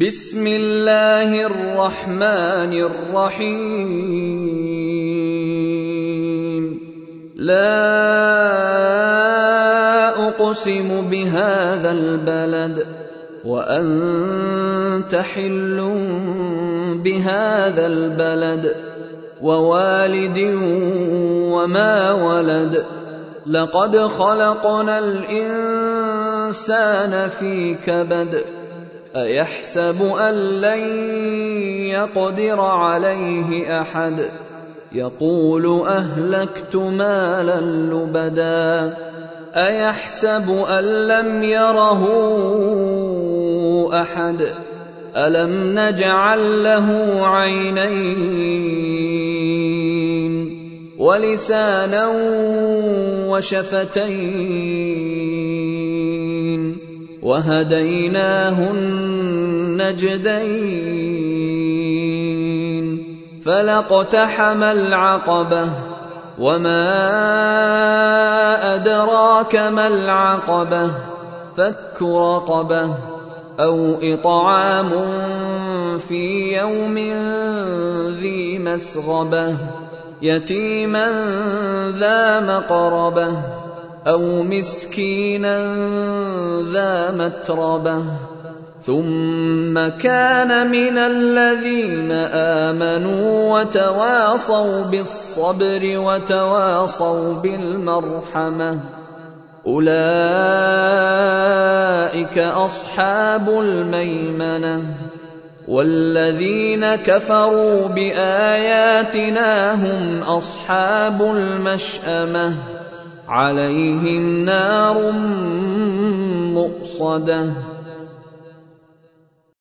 بسم الله الرحمن الرحيم لا أقسم بهذا البلد وأنت حل بهذا البلد ووالد وما ولد لقد خلقنا الإنسان في كبد أيحسب أن لن يقدر عليه أحد يقول أهلكت مالا لبدا أيحسب أن لم يره أحد ألم نجعل له عينين ولسانا وشفتين وهديناه النجدين فلاقتحم العقبة وما أدراك ما العقبة فك رقبة أو إطعام في يوم ذي مسغبة يتيما ذا مقربة أو مسكينا ذا متربة ثم كان من الذين آمنوا وتواصوا بالصبر وتواصوا بالمرحمة أولئك أصحاب الميمنة والذين كفروا بآياتنا هم أصحاب المشأمة عليهم نار مؤصدة